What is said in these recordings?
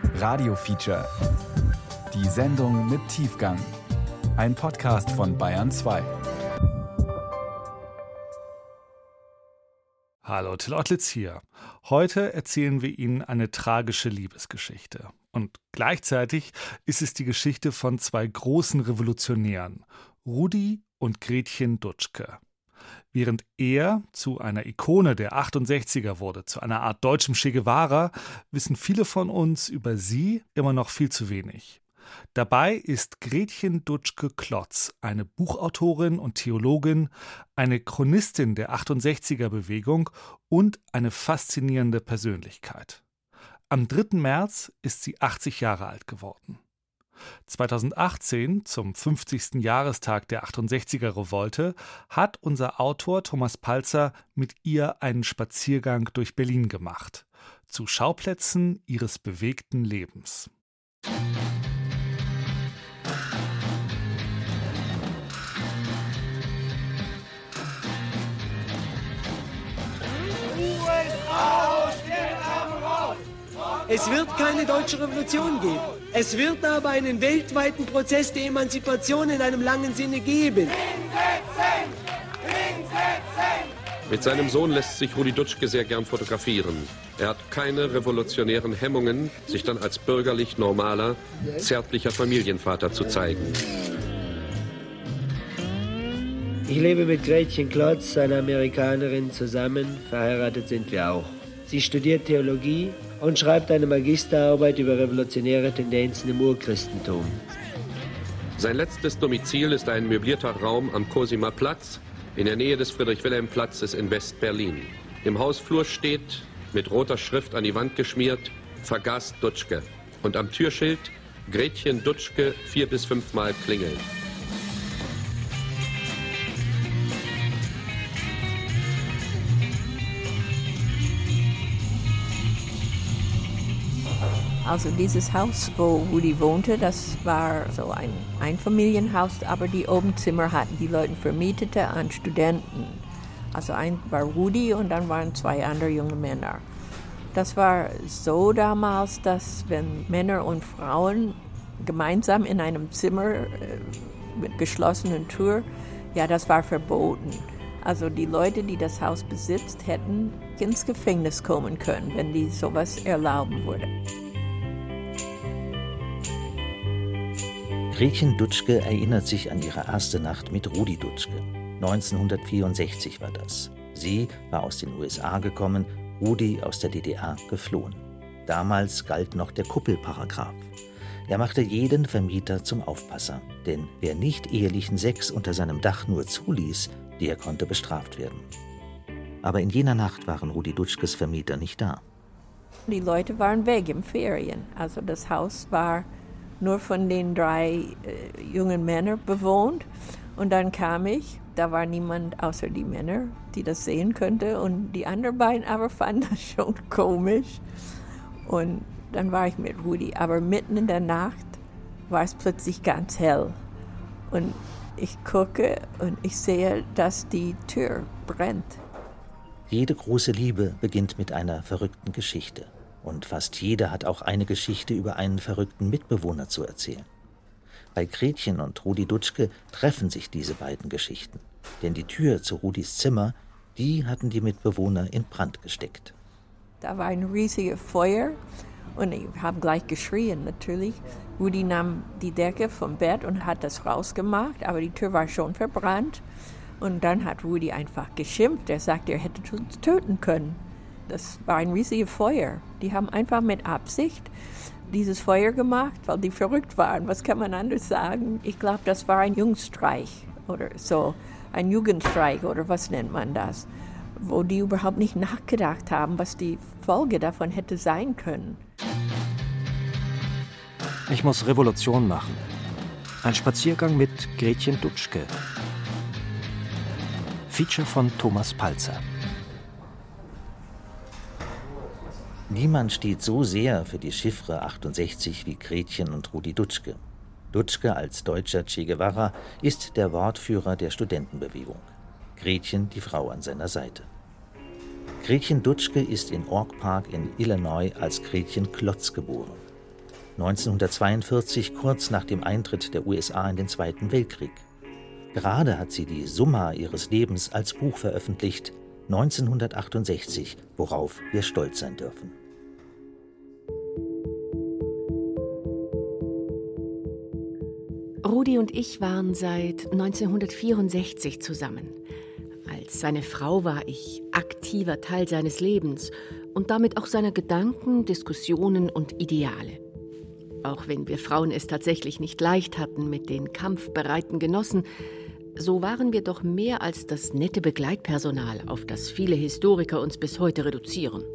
Radio Feature. Die Sendung mit Tiefgang. Ein Podcast von Bayern 2. Hallo, Till Ottlitz hier. Heute erzählen wir Ihnen eine tragische Liebesgeschichte. Und gleichzeitig ist es die Geschichte von zwei großen Revolutionären, Rudi und Gretchen Dutschke. Während er zu einer Ikone der 68er wurde, zu einer Art deutschem Che Guevara, wissen viele von uns über sie immer noch viel zu wenig. Dabei ist Gretchen Dutschke-Klotz eine Buchautorin und Theologin, eine Chronistin der 68er-Bewegung und eine faszinierende Persönlichkeit. Am 3. März ist sie 80 Jahre alt geworden. 2018, zum 50. Jahrestag der 68er-Revolte, hat unser Autor Thomas Palzer mit ihr einen Spaziergang durch Berlin gemacht, zu Schauplätzen ihres bewegten Lebens. Es wird keine deutsche Revolution geben. Es wird aber einen weltweiten Prozess der Emanzipation in einem langen Sinne geben. Mit seinem Sohn lässt sich Rudi Dutschke sehr gern fotografieren. Er hat keine revolutionären Hemmungen, sich dann als bürgerlich normaler, zärtlicher Familienvater zu zeigen. Ich lebe mit Gretchen Klotz, einer Amerikanerin, zusammen. Verheiratet sind wir auch. Sie studiert Theologie und schreibt eine Magisterarbeit über revolutionäre Tendenzen im Urchristentum. Sein letztes Domizil ist ein möblierter Raum am Cosimer Platz, in der Nähe des Friedrich-Wilhelm-Platzes in West-Berlin. Im Hausflur steht, mit roter Schrift an die Wand geschmiert, Vergaß Dutschke. Und am Türschild, Gretchen Dutschke 4 bis 5 Mal klingeln. Also dieses Haus, wo Rudi wohnte, das war so ein Einfamilienhaus, aber die Obenzimmer hatten die Leute vermietete an Studenten. Also ein war Rudi und dann waren 2 andere junge Männer. Das war so damals, dass wenn Männer und Frauen gemeinsam in einem Zimmer mit geschlossenen Tür, ja, das war verboten. Also die Leute, die das Haus besitzt, hätten ins Gefängnis kommen können, wenn die sowas erlauben würde. Gretchen Dutschke erinnert sich an ihre erste Nacht mit Rudi Dutschke. 1964 war das. Sie war aus den USA gekommen, Rudi aus der DDR geflohen. Damals galt noch der Kuppelparagraph. Er machte jeden Vermieter zum Aufpasser, denn wer nicht ehelichen Sex unter seinem Dach nur zuließ, der konnte bestraft werden. Aber in jener Nacht waren Rudi Dutschkes Vermieter nicht da. Die Leute waren weg im Ferien. Also das Haus war nur von den 3 jungen Männern bewohnt. Und dann kam ich, da war niemand außer die Männer, die das sehen könnte. Und die anderen beiden aber fanden das schon komisch. Und dann war ich mit Rudi. Aber mitten in der Nacht war es plötzlich ganz hell. Und ich gucke und ich sehe, dass die Tür brennt. Jede große Liebe beginnt mit einer verrückten Geschichte. Und fast jeder hat auch eine Geschichte über einen verrückten Mitbewohner zu erzählen. Bei Gretchen und Rudi Dutschke treffen sich diese beiden Geschichten. Denn die Tür zu Rudis Zimmer, die hatten die Mitbewohner in Brand gesteckt. Da war ein riesiges Feuer und ich habe gleich geschrien natürlich. Rudi nahm die Decke vom Bett und hat das rausgemacht, aber die Tür war schon verbrannt. Und dann hat Rudi einfach geschimpft. Er sagte, er hätte uns töten können. Das war ein riesiges Feuer. Die haben einfach mit Absicht dieses Feuer gemacht, weil die verrückt waren. Was kann man anders sagen? Ich glaube, das war ein Jungstreich oder so, ein Jugendstreich oder was nennt man das, wo die überhaupt nicht nachgedacht haben, was die Folge davon hätte sein können. Ich muss Revolution machen. Ein Spaziergang mit Gretchen Dutschke. Feature von Thomas Palzer. Niemand steht so sehr für die Chiffre 68 wie Gretchen und Rudi Dutschke. Dutschke als deutscher Che Guevara ist der Wortführer der Studentenbewegung. Gretchen die Frau an seiner Seite. Gretchen Dutschke ist in Oak Park in Illinois als Gretchen Klotz geboren. 1942, kurz nach dem Eintritt der USA in den Zweiten Weltkrieg. Gerade hat sie die Summa ihres Lebens als Buch veröffentlicht, 1968, worauf wir stolz sein dürfen. Rudi und ich waren seit 1964 zusammen. Als seine Frau war ich aktiver Teil seines Lebens und damit auch seiner Gedanken, Diskussionen und Ideale. Auch wenn wir Frauen es tatsächlich nicht leicht hatten mit den kampfbereiten Genossen, so waren wir doch mehr als das nette Begleitpersonal, auf das viele Historiker uns bis heute reduzieren.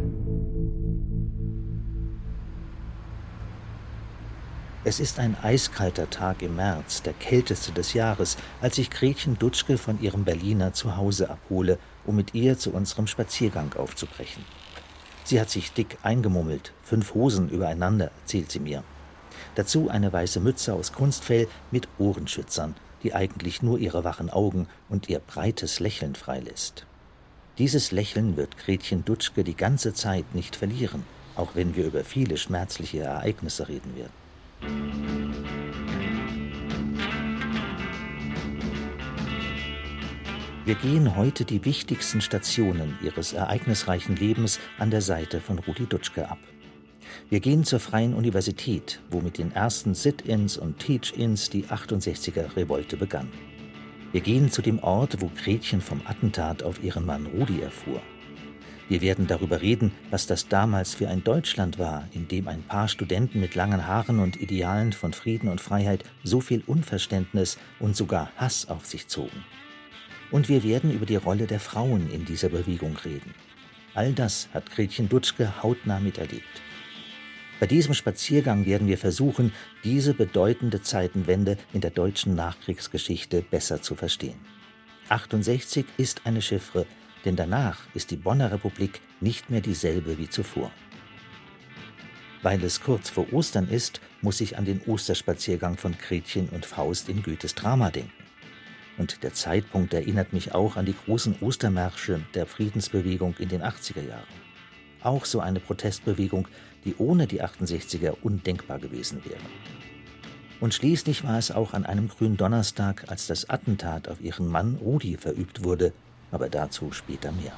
Es ist ein eiskalter Tag im März, der kälteste des Jahres, als ich Gretchen Dutschke von ihrem Berliner Zuhause abhole, um mit ihr zu unserem Spaziergang aufzubrechen. Sie hat sich dick eingemummelt, 5 Hosen übereinander, erzählt sie mir. Dazu eine weiße Mütze aus Kunstfell mit Ohrenschützern, die eigentlich nur ihre wachen Augen und ihr breites Lächeln freilässt. Dieses Lächeln wird Gretchen Dutschke die ganze Zeit nicht verlieren, auch wenn wir über viele schmerzliche Ereignisse reden werden. Wir gehen heute die wichtigsten Stationen ihres ereignisreichen Lebens an der Seite von Rudi Dutschke ab. Wir gehen zur Freien Universität, wo mit den ersten Sit-ins und Teach-ins die 68er-Revolte begann. Wir gehen zu dem Ort, wo Gretchen vom Attentat auf ihren Mann Rudi erfuhr. Wir werden darüber reden, was das damals für ein Deutschland war, in dem ein paar Studenten mit langen Haaren und Idealen von Frieden und Freiheit so viel Unverständnis und sogar Hass auf sich zogen. Und wir werden über die Rolle der Frauen in dieser Bewegung reden. All das hat Gretchen Dutschke hautnah miterlebt. Bei diesem Spaziergang werden wir versuchen, diese bedeutende Zeitenwende in der deutschen Nachkriegsgeschichte besser zu verstehen. 68 ist eine Chiffre, denn danach ist die Bonner Republik nicht mehr dieselbe wie zuvor. Weil es kurz vor Ostern ist, muss ich an den Osterspaziergang von Gretchen und Faust in Goethes Drama denken. Und der Zeitpunkt erinnert mich auch an die großen Ostermärsche der Friedensbewegung in den 80er Jahren. Auch so eine Protestbewegung, die ohne die 68er undenkbar gewesen wäre. Und schließlich war es auch an einem Gründonnerstag, als das Attentat auf ihren Mann Rudi verübt wurde, aber dazu später mehr.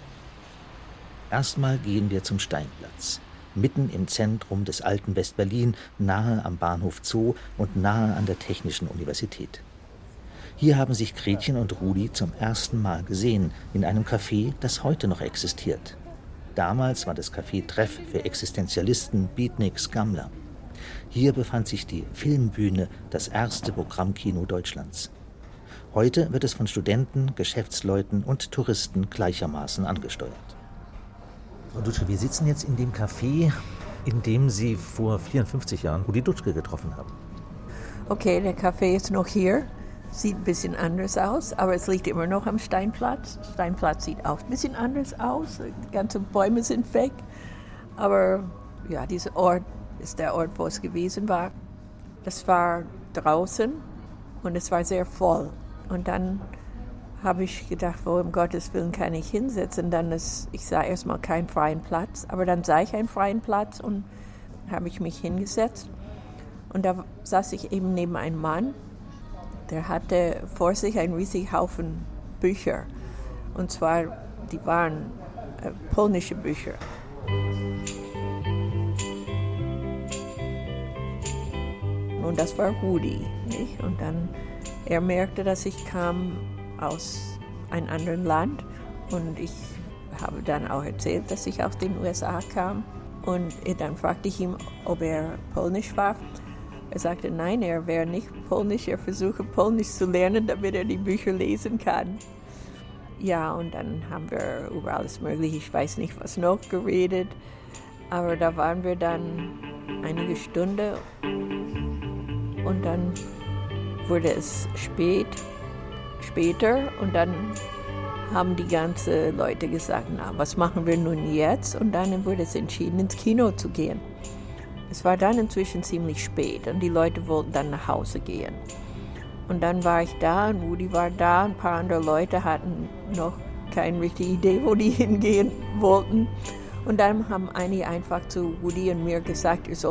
Erstmal gehen wir zum Steinplatz, mitten im Zentrum des alten West-Berlin, nahe am Bahnhof Zoo und nahe an der Technischen Universität. Hier haben sich Gretchen und Rudi zum ersten Mal gesehen, in einem Café, das heute noch existiert. Damals war das Café Treff für Existenzialisten, Beatniks, Gammler. Hier befand sich die Filmbühne, das erste Programmkino Deutschlands. Heute wird es von Studenten, Geschäftsleuten und Touristen gleichermaßen angesteuert. Frau Dutschke, wir sitzen jetzt in dem Café, in dem Sie vor 54 Jahren Rudi Dutschke getroffen haben. Okay, der Café ist noch hier. Sieht ein bisschen anders aus, aber es liegt immer noch am Steinplatz. Steinplatz sieht auch ein bisschen anders aus. Die ganzen Bäume sind weg. Aber ja, dieser Ort ist der Ort, wo es gewesen war. Das war draußen und es war sehr voll. Und dann habe ich gedacht, wo um Gottes Willen kann ich hinsetzen? Ich sah erstmal keinen freien Platz, aber dann sah ich einen freien Platz und habe ich mich hingesetzt. Und da saß ich eben neben einem Mann, der hatte vor sich einen riesigen Haufen Bücher. Und zwar, die waren polnische Bücher. Und das war Rudi, nicht? Und dann, er merkte, dass ich kam aus einem anderen Land. Und ich habe dann auch erzählt, dass ich aus den USA kam. Und dann fragte ich ihn, ob er polnisch war. Er sagte, nein, er wäre nicht polnisch. Er versuche Polnisch zu lernen, damit er die Bücher lesen kann. Ja, und dann haben wir über alles Mögliche, ich weiß nicht, was noch geredet. Aber da waren wir dann einige Stunden. Und dann wurde es später. Und dann haben die ganzen Leute gesagt, na, was machen wir nun jetzt? Und dann wurde es entschieden, ins Kino zu gehen. Es war dann inzwischen ziemlich spät und die Leute wollten dann nach Hause gehen. Und dann war ich da und Rudi war da. Ein paar andere Leute hatten noch keine richtige Idee, wo die hingehen wollten. Und dann haben einige einfach zu Rudi und mir gesagt, ihr sollt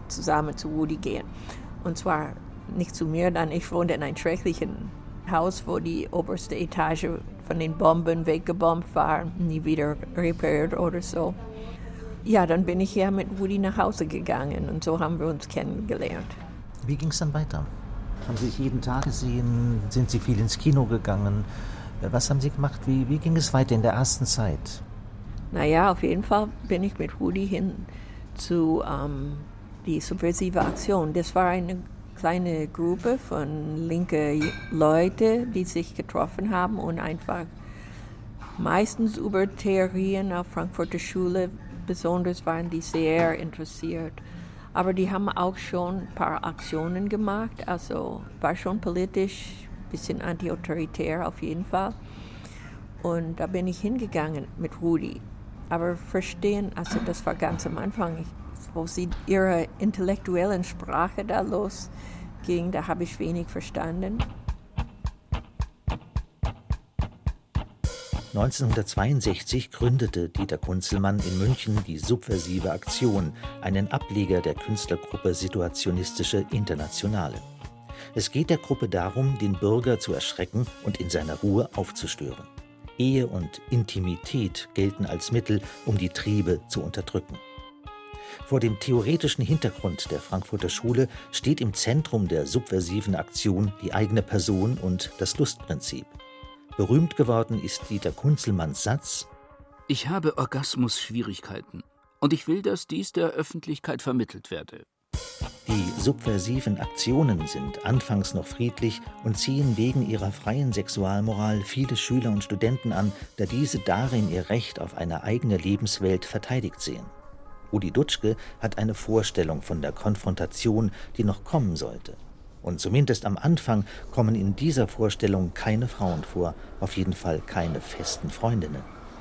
zusammen zu Rudi gehen. Und zwar nicht zu mir, dann ich wohnte in einem schrecklichen Haus, wo die oberste Etage von den Bomben weggebombt war, nie wieder repariert oder so. Ja, dann bin ich ja mit Rudi nach Hause gegangen und so haben wir uns kennengelernt. Wie ging es dann weiter? Haben Sie sich jeden Tag gesehen? Sind Sie viel ins Kino gegangen? Was haben Sie gemacht? Wie ging es weiter in der ersten Zeit? Naja, auf jeden Fall bin ich mit Rudi hin zu die subversive Aktion. Das war eine kleine Gruppe von linken Leuten, die sich getroffen haben und einfach meistens über Theorien auf Frankfurter Schule besonders waren die sehr interessiert. Aber die haben auch schon ein paar Aktionen gemacht, also war schon politisch, ein bisschen antiautoritär auf jeden Fall. Und da bin ich hingegangen mit Rudi. Aber verstehen, also das war ganz am Anfang, wo sie ihre intellektuellen Sprache da losging, da habe ich wenig verstanden. 1962 gründete Dieter Kunzelmann in München die Subversive Aktion, einen Ableger der Künstlergruppe Situationistische Internationale. Es geht der Gruppe darum, den Bürger zu erschrecken und in seiner Ruhe aufzustören. Ehe und Intimität gelten als Mittel, um die Triebe zu unterdrücken. Vor dem theoretischen Hintergrund der Frankfurter Schule steht im Zentrum der subversiven Aktion die eigene Person und das Lustprinzip. Berühmt geworden ist Dieter Kunzelmanns Satz: Ich habe Orgasmusschwierigkeiten und ich will, dass dies der Öffentlichkeit vermittelt werde. Die subversiven Aktionen sind anfangs noch friedlich und ziehen wegen ihrer freien Sexualmoral viele Schüler und Studenten an, da diese darin ihr Recht auf eine eigene Lebenswelt verteidigt sehen. Rudi Dutschke hat eine Vorstellung von der Konfrontation, die noch kommen sollte. Und zumindest am Anfang kommen in dieser Vorstellung keine Frauen vor, auf jeden Fall keine festen Freundinnen.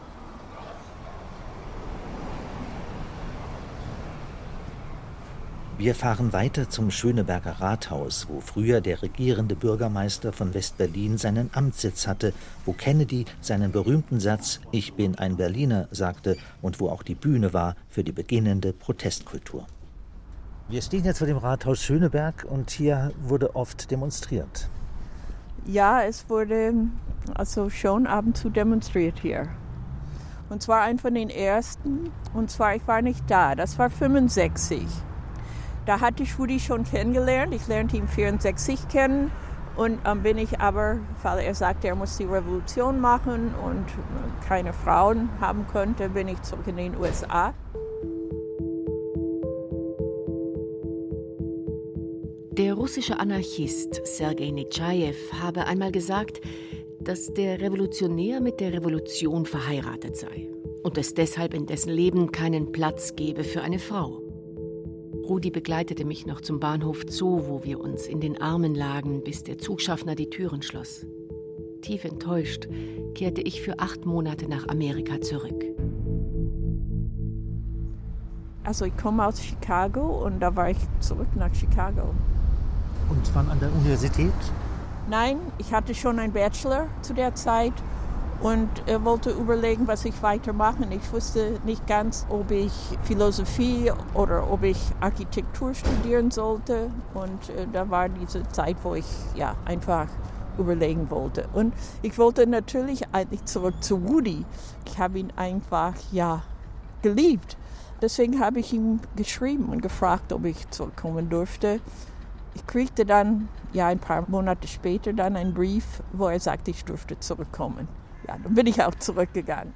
Wir fahren weiter zum Schöneberger Rathaus, wo früher der regierende Bürgermeister von West-Berlin seinen Amtssitz hatte, wo Kennedy seinen berühmten Satz »Ich bin ein Berliner« sagte und wo auch die Bühne war für die beginnende Protestkultur. Wir stehen jetzt vor dem Rathaus Schöneberg und hier wurde oft demonstriert. Ja, es wurde also schon ab und zu demonstriert hier. Und zwar ein von den ersten, und zwar ich war nicht da, das war 1965. Da hatte ich Rudi schon kennengelernt, ich lernte ihn 1964 kennen und bin ich aber, weil er sagte, er muss die Revolution machen und keine Frauen haben könnte, bin ich zurück in den USA. Der russische Anarchist Sergei Netschajew habe einmal gesagt, dass der Revolutionär mit der Revolution verheiratet sei und es deshalb in dessen Leben keinen Platz gebe für eine Frau. Rudi begleitete mich noch zum Bahnhof Zoo, wo wir uns in den Armen lagen, bis der Zugschaffner die Türen schloss. Tief enttäuscht kehrte ich für 8 Monate nach Amerika zurück. Also ich komme aus Chicago und da war ich zurück nach Chicago. Und wann an der Universität? Nein, ich hatte schon einen Bachelor zu der Zeit und wollte überlegen, was ich weitermachen. Ich wusste nicht ganz, ob ich Philosophie oder ob ich Architektur studieren sollte. Und da war diese Zeit, wo ich einfach überlegen wollte. Und ich wollte natürlich eigentlich zurück zu Rudi. Ich habe ihn einfach geliebt. Deswegen habe ich ihm geschrieben und gefragt, ob ich zurückkommen durfte. Ich kriegte dann ein paar Monate später dann einen Brief, wo er sagte, ich durfte zurückkommen. Ja, dann bin ich auch zurückgegangen.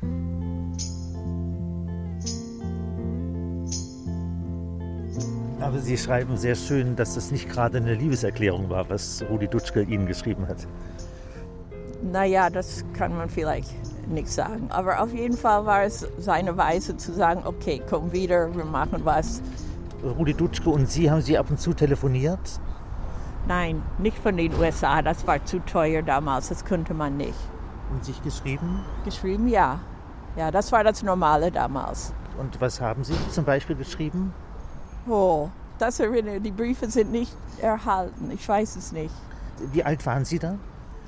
Aber Sie schreiben sehr schön, dass das nicht gerade eine Liebeserklärung war, was Rudi Dutschke Ihnen geschrieben hat. Naja, das kann man vielleicht nicht sagen. Aber auf jeden Fall war es seine Weise zu sagen, okay, komm wieder, wir machen was. Rudi Dutschke und Sie, haben Sie ab und zu telefoniert? Nein, nicht von den USA, das war zu teuer damals, das konnte man nicht. Und sich geschrieben? Geschrieben, ja. Ja, das war das Normale damals. Und was haben Sie zum Beispiel geschrieben? Oh, das erinnere, die Briefe sind nicht erhalten, ich weiß es nicht. Wie alt waren Sie da?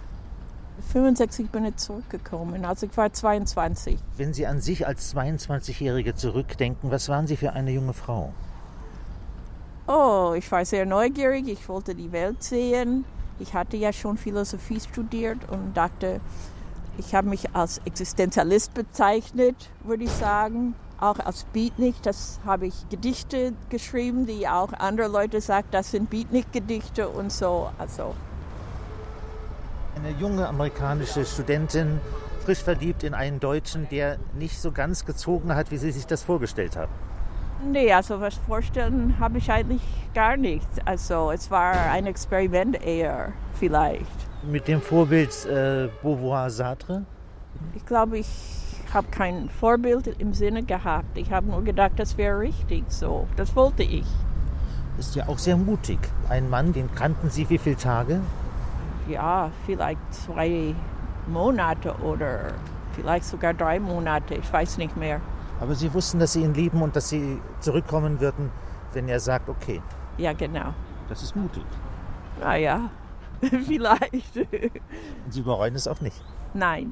65 bin ich zurückgekommen, also ich war 22. Wenn Sie an sich als 22-Jährige zurückdenken, was waren Sie für eine junge Frau? Oh, ich war sehr neugierig, ich wollte die Welt sehen. Ich hatte ja schon Philosophie studiert und dachte, ich habe mich als Existenzialist bezeichnet, würde ich sagen. Auch als Beatnik, das habe ich Gedichte geschrieben, die auch andere Leute sagen, das sind Beatnik-Gedichte und so. Also. Eine junge amerikanische Studentin, frisch verliebt in einen Deutschen, der nicht so ganz gezogen hat, wie Sie sich das vorgestellt haben. Nee, also was vorstellen habe ich eigentlich gar nicht. Also es war ein Experiment eher vielleicht. Mit dem Vorbild Beauvoir, Sartre? Ich glaube, ich habe kein Vorbild im Sinne gehabt. Ich habe nur gedacht, das wäre richtig so. Das wollte ich. Ist ja auch sehr mutig. Ein Mann, den kannten Sie wie viele Tage? Ja, vielleicht 2 Monate oder vielleicht sogar 3 Monate. Ich weiß nicht mehr. Aber Sie wussten, dass Sie ihn lieben und dass Sie zurückkommen würden, wenn er sagt, okay. Ja, genau. Das ist mutig. Naja, vielleicht. Und Sie bereuen es auch nicht? Nein.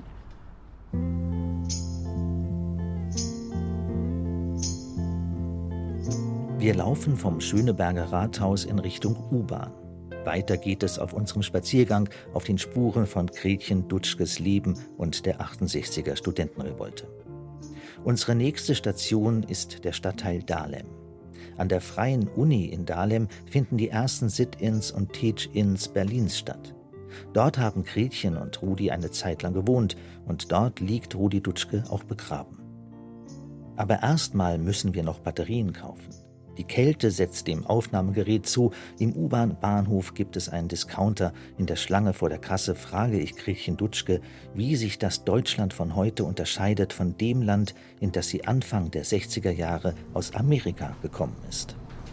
Wir laufen vom Schöneberger Rathaus in Richtung U-Bahn. Weiter geht es auf unserem Spaziergang auf den Spuren von Gretchen Dutschkes Leben und der 68er Studentenrevolte. Unsere nächste Station ist der Stadtteil Dahlem. An der Freien Uni in Dahlem finden die ersten Sit-ins und Teach-ins Berlins statt. Dort haben Gretchen und Rudi eine Zeit lang gewohnt und dort liegt Rudi Dutschke auch begraben. Aber erstmal müssen wir noch Batterien kaufen. Die Kälte setzt dem Aufnahmegerät zu. Im U-Bahn-Bahnhof gibt es einen Discounter. In der Schlange vor der Kasse frage ich Gretchen Dutschke, wie sich das Deutschland von heute unterscheidet von dem Land, in das sie Anfang der 60er Jahre aus Amerika gekommen ist.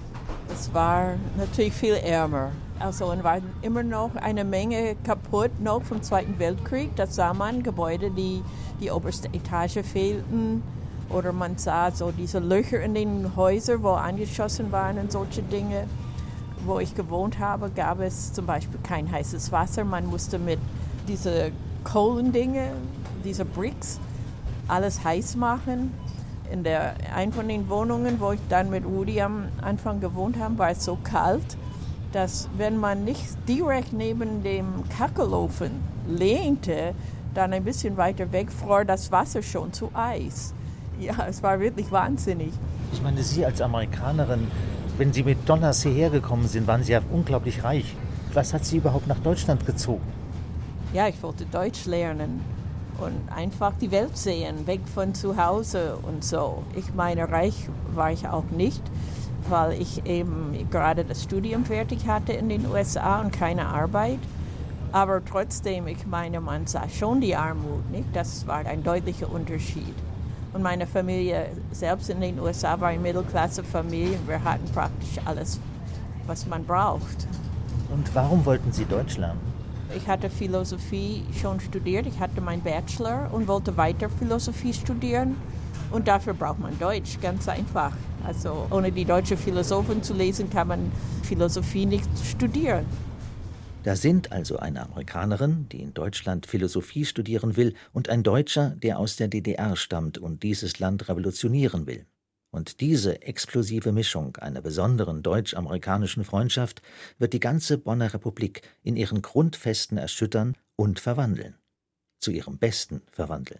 Es war natürlich viel ärmer. Also es war immer noch eine Menge kaputt, noch vom Zweiten Weltkrieg. Das sah man, Gebäude, die oberste Etage fehlten. Oder man sah so diese Löcher in den Häusern, wo angeschossen waren und solche Dinge. Wo ich gewohnt habe, gab es zum Beispiel kein heißes Wasser. Man musste mit diese Kohlendinge, diese Bricks, alles heiß machen. In einer von den Wohnungen, wo ich dann mit Rudi am Anfang gewohnt habe, war es so kalt, dass wenn man nicht direkt neben dem Kachelofen lehnte, dann ein bisschen weiter weg fror das Wasser schon zu Eis. Ja, es war wirklich wahnsinnig. Ich meine, Sie als Amerikanerin, wenn Sie mit Dollars hierher gekommen sind, waren Sie ja unglaublich reich. Was hat Sie überhaupt nach Deutschland gezogen? Ja, ich wollte Deutsch lernen und einfach die Welt sehen, weg von zu Hause und so. Ich meine, reich war ich auch nicht, weil ich eben gerade das Studium fertig hatte in den USA und keine Arbeit. Aber trotzdem, ich meine, man sah schon die Armut, nicht? Das war ein deutlicher Unterschied. Und meine Familie selbst in den USA war eine Mittelklasse-Familie. Wir hatten praktisch alles, was man braucht. Und warum wollten Sie Deutsch lernen? Ich hatte Philosophie schon studiert. Ich hatte meinen Bachelor und wollte weiter Philosophie studieren. Und dafür braucht man Deutsch, ganz einfach. Also ohne die deutsche Philosophin zu lesen, kann man Philosophie nicht studieren. Da sind also eine Amerikanerin, die in Deutschland Philosophie studieren will, und ein Deutscher, der aus der DDR stammt und dieses Land revolutionieren will. Und diese explosive Mischung einer besonderen deutsch-amerikanischen Freundschaft wird die ganze Bonner Republik in ihren Grundfesten erschüttern und verwandeln. Zu ihrem Besten verwandeln.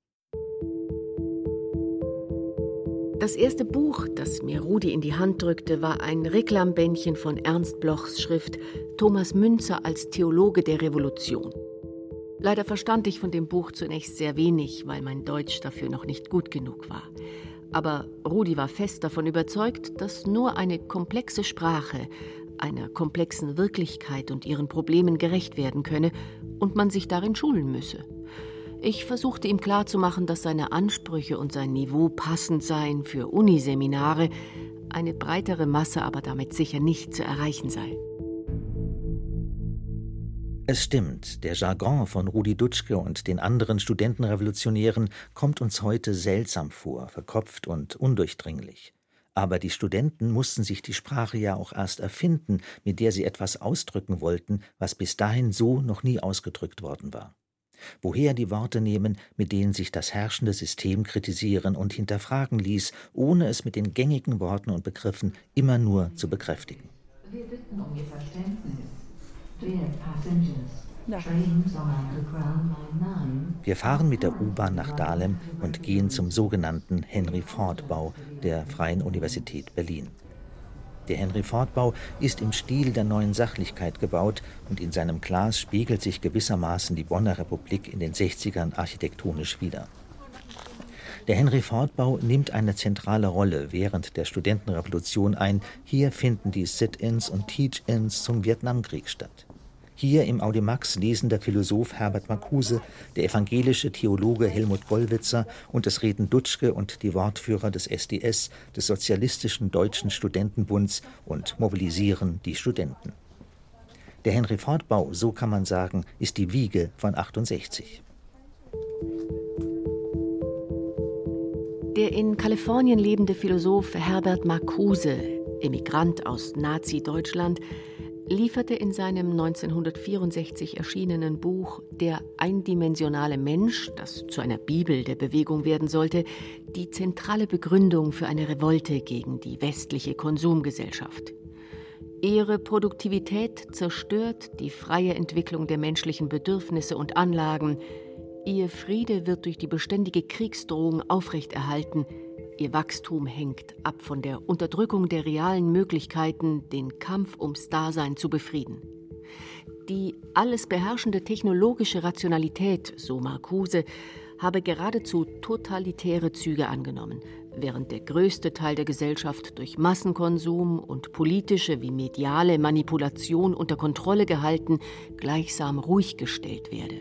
Das erste Buch, das mir Rudi in die Hand drückte, war ein Reklambändchen von Ernst Blochs Schrift »Thomas Müntzer als Theologe der Revolution«. Leider verstand ich von dem Buch zunächst sehr wenig, weil mein Deutsch dafür noch nicht gut genug war. Aber Rudi war fest davon überzeugt, dass nur eine komplexe Sprache einer komplexen Wirklichkeit und ihren Problemen gerecht werden könne und man sich darin schulen müsse. Ich versuchte ihm klarzumachen, dass seine Ansprüche und sein Niveau passend seien für Uniseminare, eine breitere Masse aber damit sicher nicht zu erreichen sei. Es stimmt, der Jargon von Rudi Dutschke und den anderen Studentenrevolutionären kommt uns heute seltsam vor, verkopft und undurchdringlich. Aber die Studenten mussten sich die Sprache ja auch erst erfinden, mit der sie etwas ausdrücken wollten, was bis dahin so noch nie ausgedrückt worden war. Woher die Worte nehmen, mit denen sich das herrschende System kritisieren und hinterfragen ließ, ohne es mit den gängigen Worten und Begriffen immer nur zu bekräftigen. Wir bitten um Ihr Verständnis. Dear passengers, trains on Underground Line 9. Wir fahren mit der U-Bahn nach Dahlem und gehen zum sogenannten Henry-Ford-Bau der Freien Universität Berlin. Der Henry-Ford-Bau ist im Stil der Neuen Sachlichkeit gebaut und in seinem Glas spiegelt sich gewissermaßen die Bonner Republik in den 60ern architektonisch wider. Der Henry-Ford-Bau nimmt eine zentrale Rolle während der Studentenrevolution ein. Hier finden die Sit-ins und Teach-ins zum Vietnamkrieg statt. Hier im Audimax lesen der Philosoph Herbert Marcuse, der evangelische Theologe Helmut Gollwitzer und es reden Dutschke und die Wortführer des SDS, des Sozialistischen Deutschen Studentenbunds, und mobilisieren die Studenten. Der Henry-Ford-Bau, so kann man sagen, ist die Wiege von 68. Der in Kalifornien lebende Philosoph Herbert Marcuse, Emigrant aus Nazi-Deutschland, lieferte in seinem 1964 erschienenen Buch »Der eindimensionale Mensch«, das zu einer Bibel der Bewegung werden sollte, die zentrale Begründung für eine Revolte gegen die westliche Konsumgesellschaft. Ihre Produktivität zerstört die freie Entwicklung der menschlichen Bedürfnisse und Anlagen. Ihr Friede wird durch die beständige Kriegsdrohung aufrechterhalten. Ihr Wachstum hängt ab von der Unterdrückung der realen Möglichkeiten, den Kampf ums Dasein zu befrieden. Die alles beherrschende technologische Rationalität, so Marcuse, habe geradezu totalitäre Züge angenommen, während der größte Teil der Gesellschaft durch Massenkonsum und politische wie mediale Manipulation unter Kontrolle gehalten, gleichsam ruhig gestellt werde.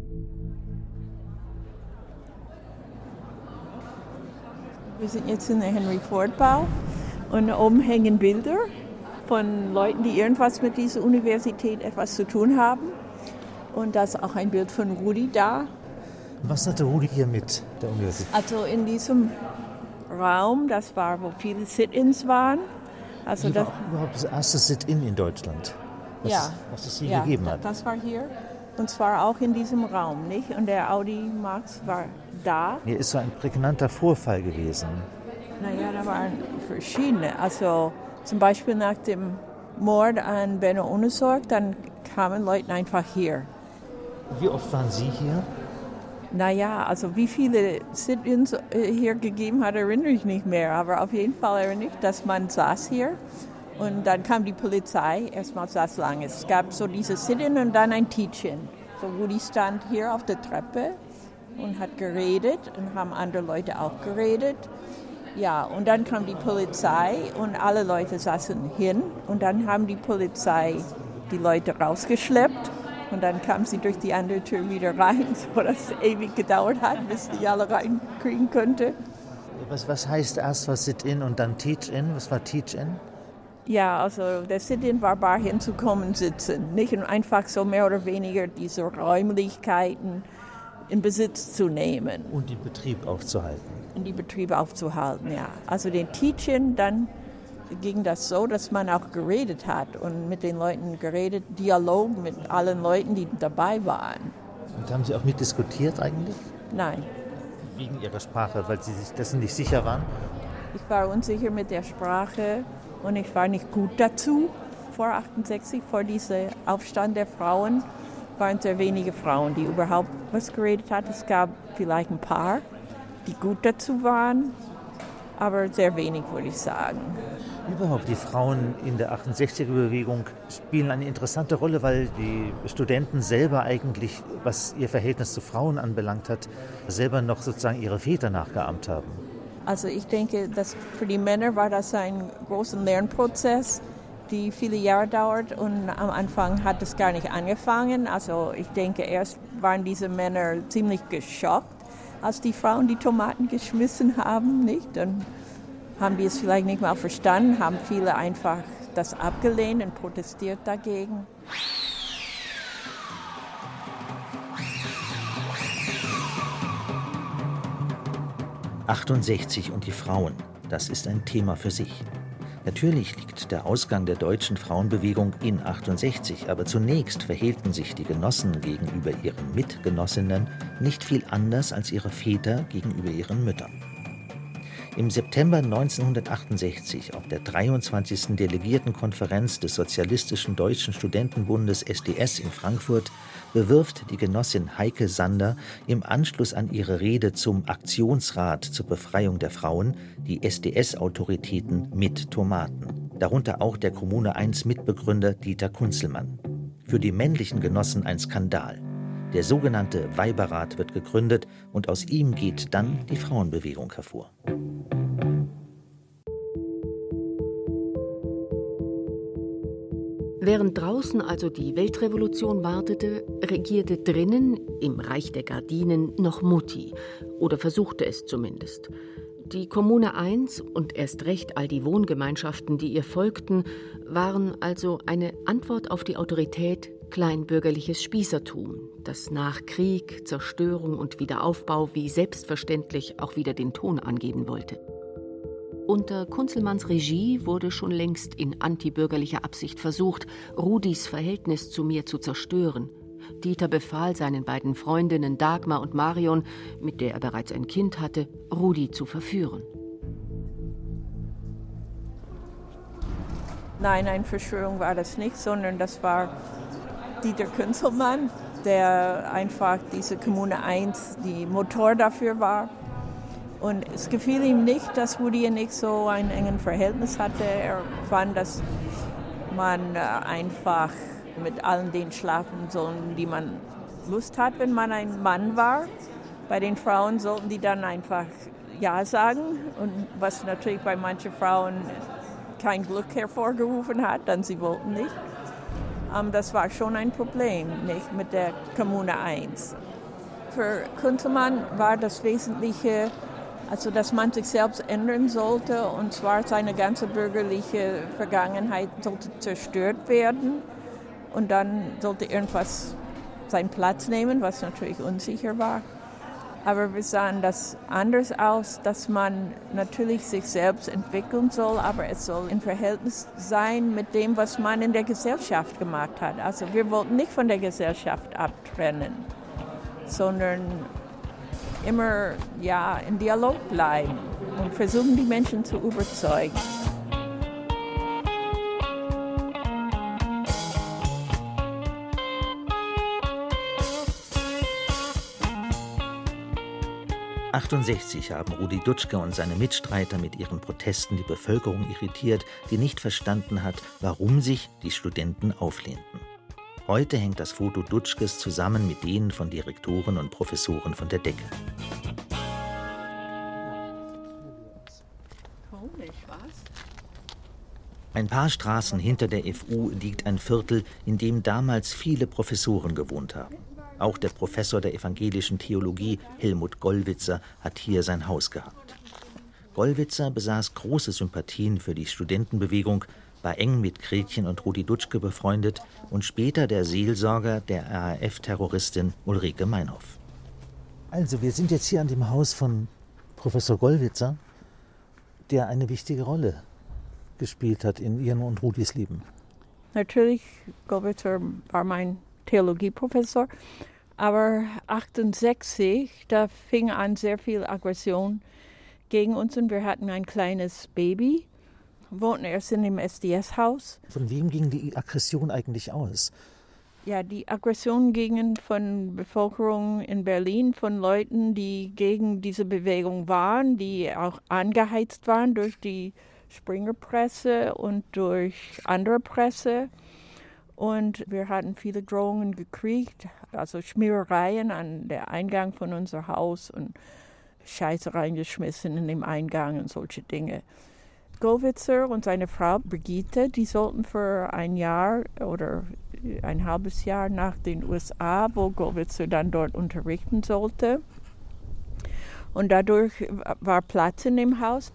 Wir sind jetzt in der Henry-Ford-Bau und oben hängen Bilder von Leuten, die irgendwas mit dieser Universität etwas zu tun haben. Und da ist auch ein Bild von Rudi da. Was hatte Rudi hier mit der Universität? Also in diesem Raum, das war, wo viele Sit-ins waren. Also das war überhaupt das erste Sit-in in Deutschland, was es hier gegeben hat. Das war hier. Und zwar auch in diesem Raum, nicht? Und der Audimax war da. Hier ist so ein prägnanter Vorfall gewesen. Naja, da waren verschiedene. Also zum Beispiel nach dem Mord an Benno Ohnesorg, dann kamen Leute einfach hier. Wie oft waren Sie hier? Naja, also wie viele Sit-ins hier gegeben hat, erinnere ich nicht mehr. Aber auf jeden Fall erinnere ich, dass man saß hier. Und dann kam die Polizei, erstmal saß lange. Es gab so dieses Sit-in und dann ein Teach-in. So Rudi stand hier auf der Treppe und hat geredet und haben andere Leute auch geredet. Ja, und dann kam die Polizei und alle Leute saßen hin. Und dann haben die Polizei die Leute rausgeschleppt. Und dann kam sie durch die andere Tür wieder rein, so dass es ewig gedauert hat, bis die alle reinkriegen konnte. Was heißt erst was Sit-in und dann Teach-in? Was war Teach-in? Ja, also der Sit-in war bar hinzukommen, sitzen. Nicht und einfach so mehr oder weniger diese Räumlichkeiten in Besitz zu nehmen. Und den Betrieb aufzuhalten. Und die Betriebe aufzuhalten, ja. Also den Teach-in, dann ging das so, dass man auch geredet hat und mit den Leuten geredet, Dialog mit allen Leuten, die dabei waren. Und haben Sie auch mitdiskutiert eigentlich? Nein. Wegen Ihrer Sprache, weil Sie sich dessen nicht sicher waren? Ich war unsicher mit der Sprache. Und ich war nicht gut dazu. Vor 1968, vor diesem Aufstand der Frauen, waren sehr wenige Frauen, die überhaupt was geredet haben. Es gab vielleicht ein paar, die gut dazu waren, aber sehr wenig, würde ich sagen. Überhaupt, die Frauen in der 68er-Bewegung spielen eine interessante Rolle, weil die Studenten selber eigentlich, was ihr Verhältnis zu Frauen anbelangt hat, selber noch sozusagen ihre Väter nachgeahmt haben. Also ich denke, dass für die Männer war das ein großer Lernprozess, der viele Jahre dauert und am Anfang hat es gar nicht angefangen. Also ich denke, erst waren diese Männer ziemlich geschockt, als die Frauen die Tomaten geschmissen haben, nicht? Dann haben die es vielleicht nicht mal verstanden, haben viele einfach das abgelehnt und protestiert dagegen. '68 und die Frauen, das ist ein Thema für sich. Natürlich liegt der Ausgang der deutschen Frauenbewegung in 68, aber zunächst verhielten sich die Genossen gegenüber ihren Mitgenossinnen nicht viel anders als ihre Väter gegenüber ihren Müttern. Im September 1968 auf der 23. Delegiertenkonferenz des Sozialistischen Deutschen Studentenbundes SDS in Frankfurt bewirft die Genossin Heike Sander im Anschluss an ihre Rede zum Aktionsrat zur Befreiung der Frauen die SDS-Autoritäten mit Tomaten, darunter auch der Kommune 1 Mitbegründer Dieter Kunzelmann. Für die männlichen Genossen ein Skandal. Der sogenannte Weiberrat wird gegründet und aus ihm geht dann die Frauenbewegung hervor. Während draußen also die Weltrevolution wartete, regierte drinnen, im Reich der Gardinen, noch Mutti, oder versuchte es zumindest. Die Kommune 1 und erst recht all die Wohngemeinschaften, die ihr folgten, waren also eine Antwort auf die Autorität kleinbürgerliches Spießertum, das nach Krieg, Zerstörung und Wiederaufbau wie selbstverständlich auch wieder den Ton angeben wollte. Unter Kunzelmanns Regie wurde schon längst in antibürgerlicher Absicht versucht, Rudis Verhältnis zu mir zu zerstören. Dieter befahl seinen beiden Freundinnen Dagmar und Marion, mit der er bereits ein Kind hatte, Rudi zu verführen. Nein, eine Verschwörung war das nicht, sondern das war Dieter Kunzelmann, der einfach diese Kommune 1 die Motor dafür war. Und es gefiel ihm nicht, dass Rudi nicht so ein enges Verhältnis hatte. Er fand, dass man einfach mit allen denen schlafen soll, die man Lust hat, wenn man ein Mann war. Bei den Frauen sollten die dann einfach Ja sagen. Und was natürlich bei manchen Frauen kein Glück hervorgerufen hat, denn sie wollten nicht. Das war schon ein Problem, nicht mit der Kommune 1. Für Kunzelmann war das Wesentliche, also dass man sich selbst ändern sollte, und zwar seine ganze bürgerliche Vergangenheit sollte zerstört werden und dann sollte irgendwas seinen Platz nehmen, was natürlich unsicher war. Aber wir sahen das anders aus, dass man natürlich sich selbst entwickeln soll, aber es soll im Verhältnis sein mit dem, was man in der Gesellschaft gemacht hat. Also wir wollten nicht von der Gesellschaft abtrennen, sondern immer in Dialog bleiben und versuchen, die Menschen zu überzeugen. '68 haben Rudi Dutschke und seine Mitstreiter mit ihren Protesten die Bevölkerung irritiert, die nicht verstanden hat, warum sich die Studenten auflehnten. Heute hängt das Foto Dutschkes zusammen mit denen von Direktoren und Professoren von der Decke. Ein paar Straßen hinter der FU liegt ein Viertel, in dem damals viele Professoren gewohnt haben. Auch der Professor der evangelischen Theologie, Helmut Gollwitzer, hat hier sein Haus gehabt. Gollwitzer besaß große Sympathien für die Studentenbewegung, war eng mit Gretchen und Rudi Dutschke befreundet und später der Seelsorger der RAF-Terroristin Ulrike Meinhof. Also, wir sind jetzt hier an dem Haus von Professor Gollwitzer, der eine wichtige Rolle gespielt hat in ihrem und Rudis Leben. Natürlich, Gollwitzer war mein Theologieprofessor, aber 1968, da fing an sehr viel Aggression gegen uns und wir hatten ein kleines Baby, wohnten erst in dem SDS-Haus. Von wem ging die Aggression eigentlich aus? Ja, die Aggression ging von Bevölkerung in Berlin, von Leuten, die gegen diese Bewegung waren, die auch angeheizt waren durch die Springerpresse und durch andere Presse. Und wir hatten viele Drohungen gekriegt, also Schmierereien an der Eingang von unser Haus und Scheiße reingeschmissen in den Eingang und solche Dinge. Gollwitzer und seine Frau Brigitte, die sollten für ein Jahr oder ein halbes Jahr nach den USA, wo Gollwitzer dann dort unterrichten sollte. Und dadurch war Platz in dem Haus.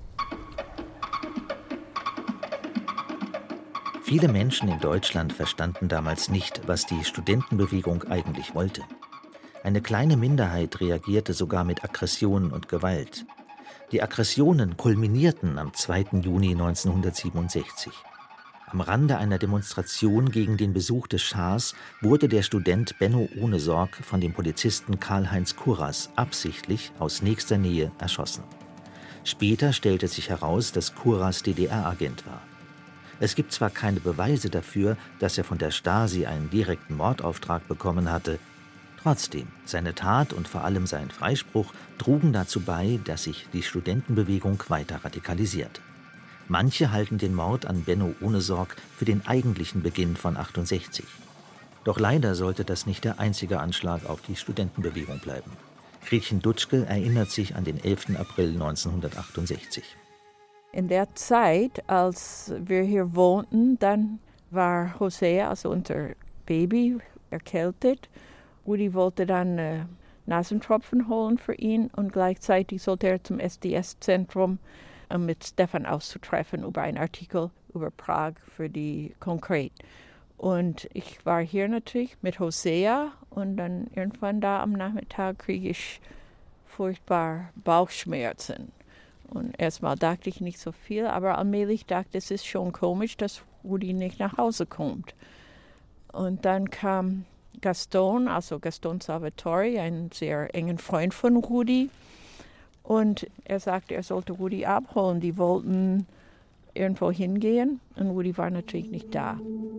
Viele Menschen in Deutschland verstanden damals nicht, was die Studentenbewegung eigentlich wollte. Eine kleine Minderheit reagierte sogar mit Aggression und Gewalt. Die Aggressionen kulminierten am 2. Juni 1967. Am Rande einer Demonstration gegen den Besuch des Schahs wurde der Student Benno Ohnesorg von dem Polizisten Karl-Heinz Kurras absichtlich aus nächster Nähe erschossen. Später stellte sich heraus, dass Kurras DDR-Agent war. Es gibt zwar keine Beweise dafür, dass er von der Stasi einen direkten Mordauftrag bekommen hatte. Trotzdem, seine Tat und vor allem sein Freispruch trugen dazu bei, dass sich die Studentenbewegung weiter radikalisierte. Manche halten den Mord an Benno Ohnesorg für den eigentlichen Beginn von 68. Doch leider sollte das nicht der einzige Anschlag auf die Studentenbewegung bleiben. Gretchen Dutschke erinnert sich an den 11. April 1968. In der Zeit, als wir hier wohnten, dann war Hosea, also unser Baby, erkältet. Rudi wollte dann Nasentropfen holen für ihn und gleichzeitig sollte er zum SDS-Zentrum, um mit Stefan auszutreffen über einen Artikel über Prag für die Konkret. Und ich war hier natürlich mit Hosea und dann irgendwann da am Nachmittag kriege ich furchtbar Bauchschmerzen. Und erstmal dachte ich nicht so viel, aber allmählich dachte ich, es ist schon komisch, dass Rudi nicht nach Hause kommt. Und dann kam Gaston, also Gaston Salvatore, ein sehr engen Freund von Rudi. Und er sagte, er sollte Rudi abholen. Die wollten irgendwo hingehen und Rudi war natürlich nicht da.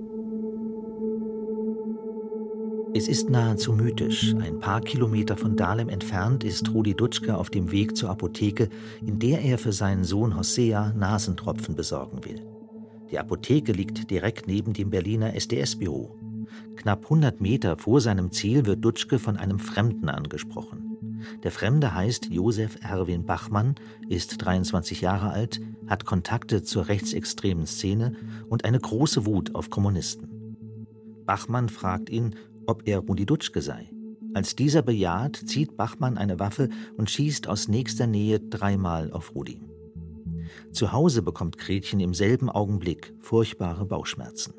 Es ist nahezu mythisch. Ein paar Kilometer von Dahlem entfernt ist Rudi Dutschke auf dem Weg zur Apotheke, in der er für seinen Sohn Hosea Nasentropfen besorgen will. Die Apotheke liegt direkt neben dem Berliner SDS-Büro. Knapp 100 Meter vor seinem Ziel wird Dutschke von einem Fremden angesprochen. Der Fremde heißt Josef Erwin Bachmann, ist 23 Jahre alt, hat Kontakte zur rechtsextremen Szene und eine große Wut auf Kommunisten. Bachmann fragt ihn, ob er Rudi Dutschke sei. Als dieser bejaht, zieht Bachmann eine Waffe und schießt aus nächster Nähe 3-mal auf Rudi. Zu Hause bekommt Gretchen im selben Augenblick furchtbare Bauchschmerzen.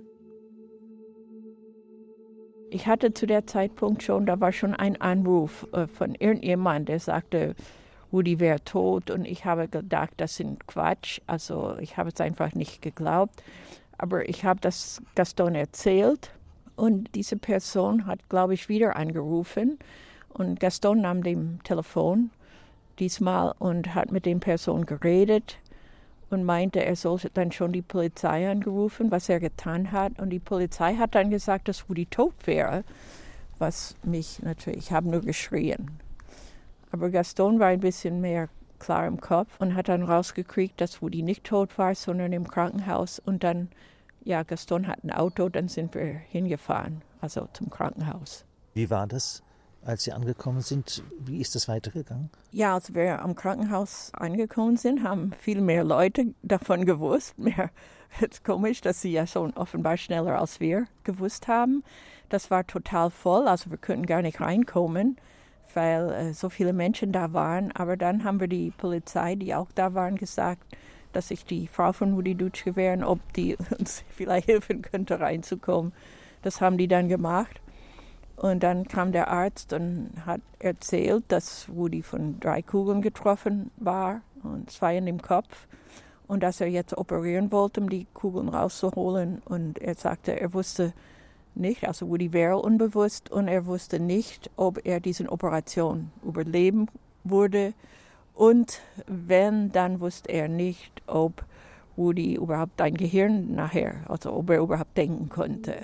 Ich hatte zu der Zeitpunkt schon, da war schon ein Anruf von irgendjemandem, der sagte, Rudi wäre tot und ich habe gedacht, das sind Quatsch. Also ich habe es einfach nicht geglaubt. Aber ich habe das Gaston erzählt und diese Person hat, glaube ich, wieder angerufen und Gaston nahm dem Telefon diesmal und hat mit der Person geredet und meinte, er sollte dann schon die Polizei angerufen, was er getan hat. Und die Polizei hat dann gesagt, dass Rudi tot wäre, was mich natürlich, ich habe nur geschrien. Aber Gaston war ein bisschen mehr klar im Kopf und hat dann rausgekriegt, dass Rudi nicht tot war, sondern im Krankenhaus. Und dann, ja, Gaston hat ein Auto, dann sind wir hingefahren, also zum Krankenhaus. Wie war das, als Sie angekommen sind? Wie ist das weitergegangen? Ja, als wir am Krankenhaus angekommen sind, haben viel mehr Leute davon gewusst. Es ist komisch, dass sie ja schon offenbar schneller als wir gewusst haben. Das war total voll, also wir könnten gar nicht reinkommen, weil so viele Menschen da waren. Aber dann haben wir die Polizei, die auch da waren, gesagt, dass ich die Frau von Rudi Dutschke wäre und ob die uns vielleicht helfen könnte, reinzukommen. Das haben die dann gemacht. Und dann kam der Arzt und hat erzählt, dass Rudi von 3 Kugeln getroffen war und 2 in dem Kopf und dass er jetzt operieren wollte, um die Kugeln rauszuholen. Und er sagte, er wusste nicht, also Rudi wäre unbewusst und er wusste nicht, ob er diese Operation überleben würde. Und wenn, dann wusste er nicht, ob Rudi überhaupt ein Gehirn nachher, also ob er überhaupt denken konnte.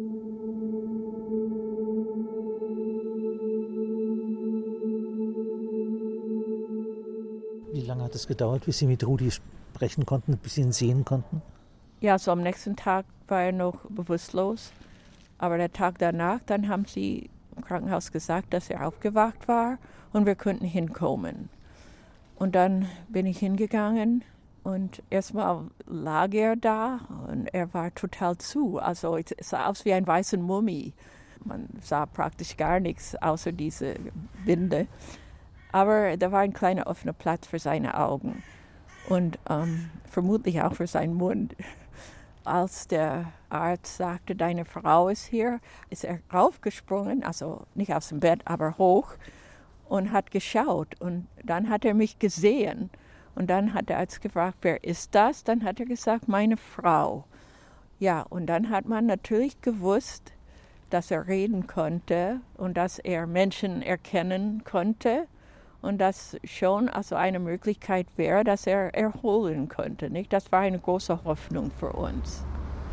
Wie lange hat es gedauert, bis Sie mit Rudi sprechen konnten, bis Sie ihn sehen konnten? Ja, so am nächsten Tag war er noch bewusstlos. Aber der Tag danach, dann haben sie im Krankenhaus gesagt, dass er aufgewacht war und wir könnten hinkommen. Und dann bin ich hingegangen und erstmal lag er da und er war total zu. Also es sah aus wie ein weißer Mumie. Man sah praktisch gar nichts außer diese Binde. Aber da war ein kleiner offener Platz für seine Augen und vermutlich auch für seinen Mund. Als der Arzt sagte, deine Frau ist hier, ist er raufgesprungen, also nicht aus dem Bett, aber hoch und hat geschaut. Und dann hat er mich gesehen Und dann hat der Arzt gefragt, wer ist das? Dann hat er gesagt, meine Frau. Ja, und dann hat man natürlich gewusst, dass er reden konnte und dass er Menschen erkennen konnte und dass schon also eine Möglichkeit wäre, dass er erholen konnte. Nicht? Das war eine große Hoffnung für uns.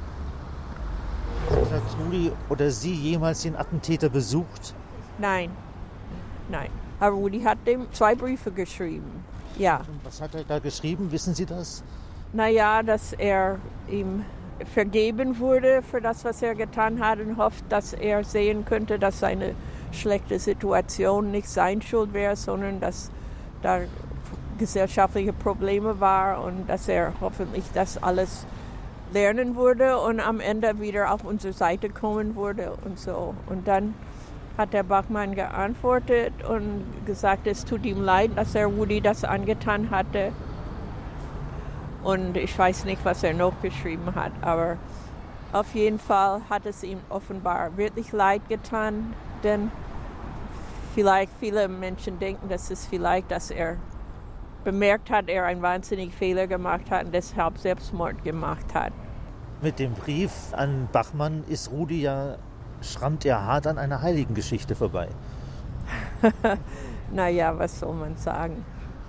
Hat Rudi oder Sie jemals den Attentäter besucht? Nein. Aber Rudi hat dem 2 Briefe geschrieben. Ja. Und was hat er da geschrieben? Wissen Sie das? Naja, dass er ihm vergeben wurde für das, was er getan hat und hofft, dass er sehen könnte, dass seine schlechte Situation nicht seine Schuld wäre, sondern dass da gesellschaftliche Probleme waren und dass er hoffentlich das alles lernen würde und am Ende wieder auf unsere Seite kommen würde und so. Und dann hat der Bachmann geantwortet und gesagt, es tut ihm leid, dass er Rudi das angetan hatte. Und ich weiß nicht, was er noch geschrieben hat, aber auf jeden Fall hat es ihm offenbar wirklich leid getan, denn vielleicht viele Menschen denken, dass es vielleicht, dass er bemerkt hat, er einen wahnsinnigen Fehler gemacht hat und deshalb Selbstmord gemacht hat. Mit dem Brief an Bachmann ist Rudi ja, schrammt er hart an einer Heiligengeschichte vorbei. Naja, was soll man sagen?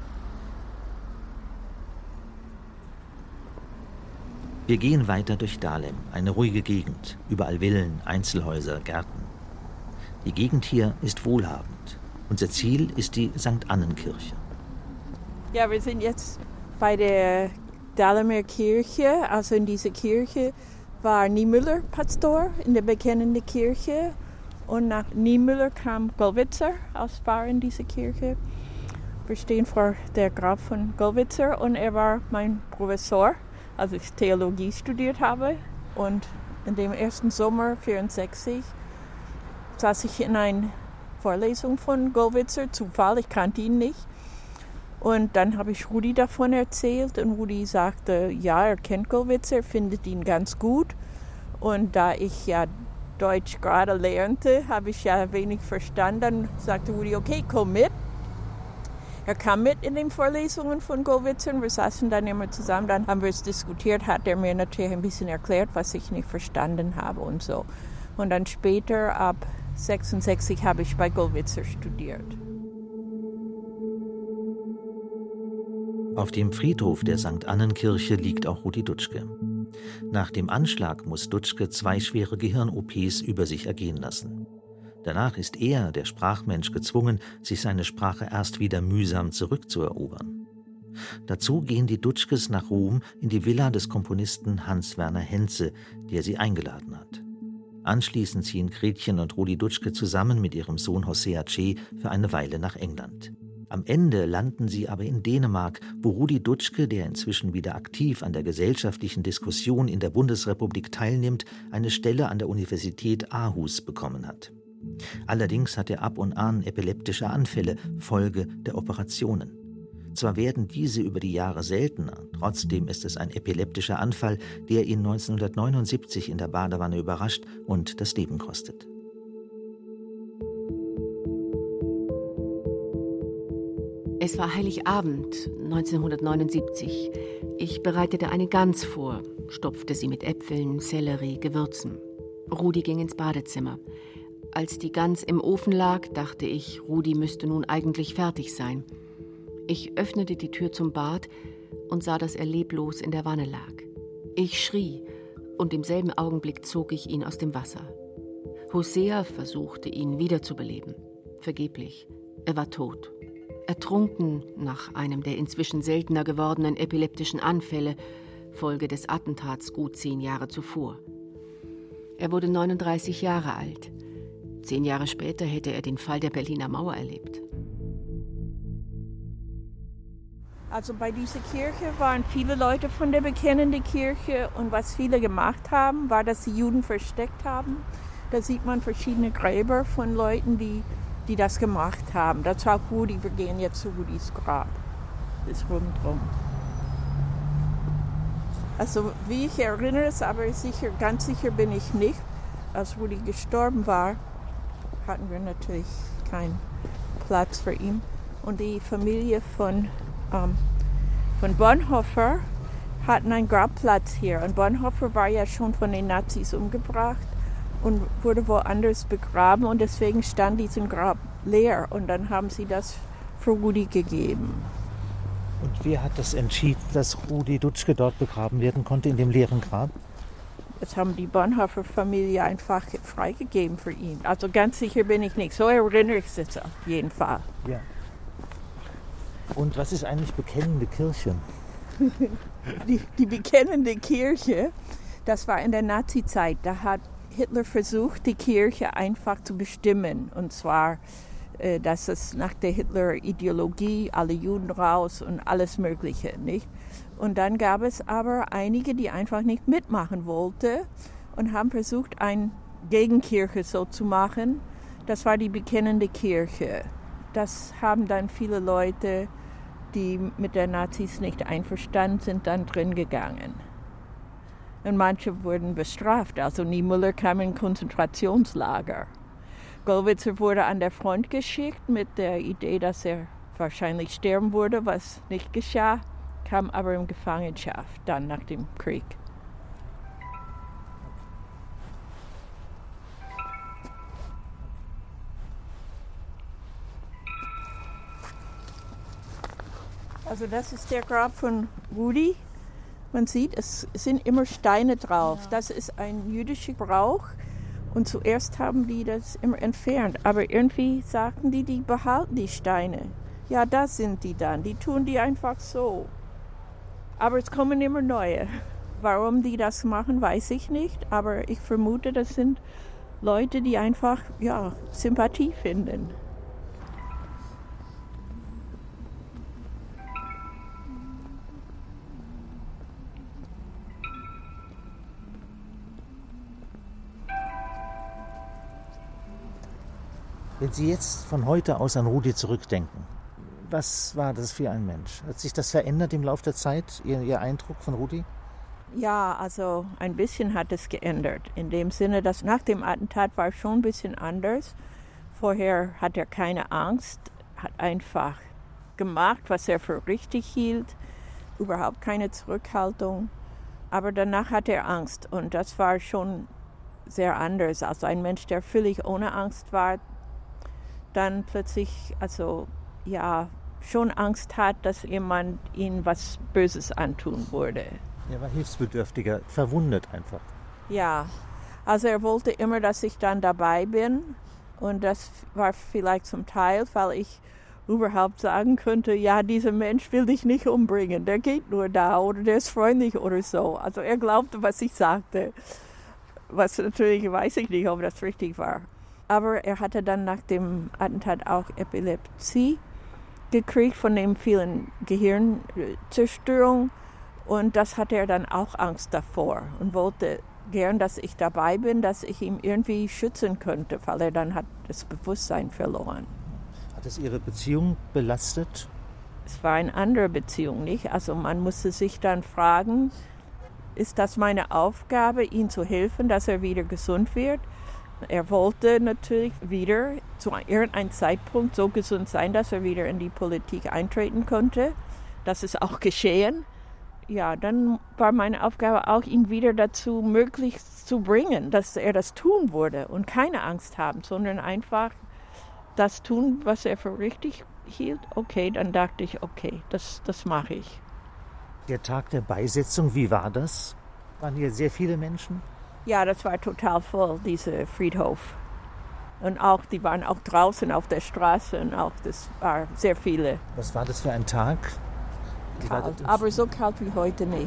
Wir gehen weiter durch Dahlem, eine ruhige Gegend, überall Villen, Einzelhäuser, Gärten. Die Gegend hier ist wohlhabend. Unser Ziel ist die St. Annenkirche. Ja, wir sind jetzt bei der Dahlemer Kirche. Also in dieser Kirche war Niemöller Pastor in der bekennenden Kirche. Und nach Niemöller kam Gollwitzer als Pfarrer in diese Kirche. Wir stehen vor der Grab von Gollwitzer und er war mein Professor, als ich Theologie studiert habe. Und in dem ersten Sommer 1964 saß ich in einer Vorlesung von Gollwitzer, Zufall, ich kannte ihn nicht. Und dann habe ich Rudi davon erzählt und Rudi sagte, ja, er kennt Gollwitzer, findet ihn ganz gut. Und da ich ja Deutsch gerade lernte, habe ich ja wenig verstanden. Dann sagte Rudi, okay, komm mit. Er kam mit in den Vorlesungen von Gollwitzer und wir saßen dann immer zusammen. Dann haben wir es diskutiert, hat er mir natürlich ein bisschen erklärt, was ich nicht verstanden habe und so. Und dann später, ab 1966, habe ich bei Gollwitzer studiert. Auf dem Friedhof der St. Annenkirche liegt auch Rudi Dutschke. Nach dem Anschlag muss Dutschke 2 schwere Gehirn-OPs über sich ergehen lassen. Danach ist er, der Sprachmensch, gezwungen, sich seine Sprache erst wieder mühsam zurückzuerobern. Dazu gehen die Dutschkes nach Rom in die Villa des Komponisten Hans-Werner Henze, der sie eingeladen hat. Anschließend ziehen Gretchen und Rudi Dutschke zusammen mit ihrem Sohn Hosea Che für eine Weile nach England. Am Ende landen sie aber in Dänemark, wo Rudi Dutschke, der inzwischen wieder aktiv an der gesellschaftlichen Diskussion in der Bundesrepublik teilnimmt, eine Stelle an der Universität Aarhus bekommen hat. Allerdings hat er ab und an epileptische Anfälle, Folge der Operationen. Zwar werden diese über die Jahre seltener, trotzdem ist es ein epileptischer Anfall, der ihn 1979 in der Badewanne überrascht und das Leben kostet. Es war Heiligabend 1979. Ich bereitete eine Gans vor, stopfte sie mit Äpfeln, Sellerie, Gewürzen. Rudi ging ins Badezimmer. Als die Gans im Ofen lag, dachte ich, Rudi müsste nun eigentlich fertig sein. Ich öffnete die Tür zum Bad und sah, dass er leblos in der Wanne lag. Ich schrie und im selben Augenblick zog ich ihn aus dem Wasser. Hosea versuchte, ihn wiederzubeleben. Vergeblich. Er war tot. Ertrunken nach einem der inzwischen seltener gewordenen epileptischen Anfälle, Folge des Attentats gut 10 Jahre zuvor. Er wurde 39 Jahre alt. 10 Jahre später hätte er den Fall der Berliner Mauer erlebt. Also bei dieser Kirche waren viele Leute von der bekennenden Kirche und was viele gemacht haben, war, dass sie Juden versteckt haben. Da sieht man verschiedene Gräber von Leuten, die das gemacht haben. Das war Rudi, wir gehen jetzt zu Rudis Grab. Das ist rundherum. Also wie ich erinnere es, aber ganz sicher bin ich nicht. Als Rudi gestorben war, hatten wir natürlich keinen Platz für ihn. Und die Familie von von Bonhoeffer hatten einen Grabplatz hier. Und Bonhoeffer war ja schon von den Nazis umgebracht und wurde woanders begraben. Und deswegen stand diesen Grab leer. Und dann haben sie das für Rudi gegeben. Und wer hat das entschieden, dass Rudi Dutschke dort begraben werden konnte, in dem leeren Grab? Das haben die Bonhoeffer-Familie einfach freigegeben für ihn. Also ganz sicher bin ich nicht. So erinnere ich es auf jeden Fall. Ja. Und was ist eigentlich bekennende Kirche? Die bekennende Kirche, das war in der Nazi-Zeit. Da hat Hitler versucht, die Kirche einfach zu bestimmen. Und zwar, dass es nach der Hitler-Ideologie alle Juden raus und alles Mögliche, nicht? Und dann gab es aber einige, die einfach nicht mitmachen wollten und haben versucht, eine Gegenkirche so zu machen. Das war die bekennende Kirche. Das haben dann viele Leute, die mit den Nazis nicht einverstanden sind, dann drin gegangen. Und manche wurden bestraft. Also Niemöller kam in ein Konzentrationslager. Gollwitzer wurde an der Front geschickt mit der Idee, dass er wahrscheinlich sterben würde, was nicht geschah, kam aber in Gefangenschaft dann nach dem Krieg. Also das ist der Grab von Rudi. Man sieht, es sind immer Steine drauf. Das ist ein jüdischer Brauch. Und zuerst haben die das immer entfernt. Aber irgendwie sagten die behalten die Steine. Ja, da sind die dann. Die tun die einfach so. Aber es kommen immer neue. Warum die das machen, weiß ich nicht. Aber ich vermute, das sind Leute, die einfach Sympathie finden. Wenn Sie jetzt von heute aus an Rudi zurückdenken, was war das für ein Mensch? Hat sich das verändert im Laufe der Zeit, Ihr Eindruck von Rudi? Ja, also ein bisschen hat es geändert. In dem Sinne, dass nach dem Attentat war es schon ein bisschen anders. Vorher hat er keine Angst, hat einfach gemacht, was er für richtig hielt. Überhaupt keine Zurückhaltung. Aber danach hat er Angst und das war schon sehr anders. Also ein Mensch, der völlig ohne Angst war, dann plötzlich schon Angst hat, dass jemand ihm was Böses antun würde. Er war hilfsbedürftiger, verwundet einfach. Ja, also er wollte immer, dass ich dann dabei bin und das war vielleicht zum Teil, weil ich überhaupt sagen könnte, ja, dieser Mensch will dich nicht umbringen, der geht nur da oder der ist freundlich oder so. Also er glaubte, was ich sagte, was natürlich weiß ich nicht, ob das richtig war. Aber er hatte dann nach dem Attentat auch Epilepsie gekriegt von den vielen Gehirnzerstörungen. Und das hatte er dann auch Angst davor und wollte gern, dass ich dabei bin, dass ich ihn irgendwie schützen könnte, weil er dann hat das Bewusstsein verloren. Hat es Ihre Beziehung belastet? Es war eine andere Beziehung, nicht? Also man musste sich dann fragen, ist das meine Aufgabe, ihm zu helfen, dass er wieder gesund wird? Er wollte natürlich wieder zu irgendeinem Zeitpunkt so gesund sein, dass er wieder in die Politik eintreten konnte. Das ist auch geschehen. Ja, dann war meine Aufgabe auch, ihn wieder dazu möglich zu bringen, dass er das tun würde und keine Angst haben, sondern einfach das tun, was er für richtig hielt. Okay, dann dachte ich, okay, das mache ich. Der Tag der Beisetzung, wie war das? Waren hier sehr viele Menschen? Ja, das war total voll, dieser Friedhof. Und auch, die waren auch draußen auf der Straße und auch, das war sehr viele. Was war das für ein Tag? Kalt, aber so kalt wie heute nicht.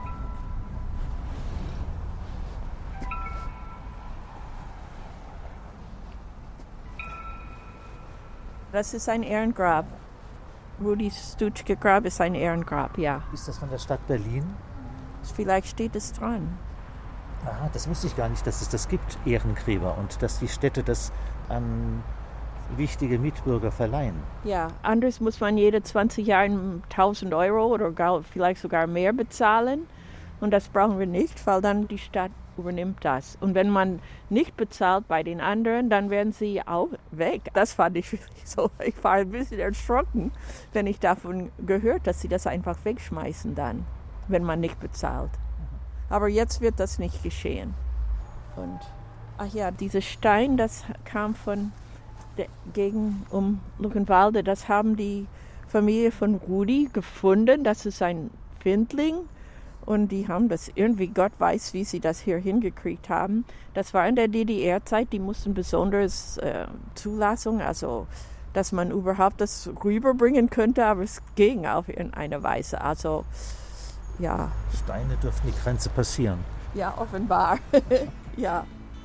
Das ist ein Ehrengrab. Rudi Dutschke Grab ist ein Ehrengrab, ja. Ist das von der Stadt Berlin? Vielleicht steht es dran. Aha, das wusste ich gar nicht, dass es das gibt, Ehrengräber, und dass die Städte das an wichtige Mitbürger verleihen. Ja, anders muss man jede 20 Jahre 1.000 € oder vielleicht sogar mehr bezahlen. Und das brauchen wir nicht, weil dann die Stadt übernimmt das. Und wenn man nicht bezahlt bei den anderen, dann werden sie auch weg. Das fand ich wirklich so. Ich war ein bisschen erschrocken, wenn ich davon gehört, dass sie das einfach wegschmeißen dann, wenn man nicht bezahlt. Aber jetzt wird das nicht geschehen. Und ach ja, dieser Stein, das kam von der Gegend um Luckenwalde. Das haben die Familie von Rudi gefunden. Das ist ein Findling. Und die haben das irgendwie, Gott weiß, wie sie das hier hingekriegt haben. Das war in der DDR-Zeit, die mussten besonders Zulassung, also dass man überhaupt das rüberbringen könnte, aber es ging auf irgendeine Weise. Also, ja. Steine dürfen die Grenze passieren. Ja, offenbar. Ja.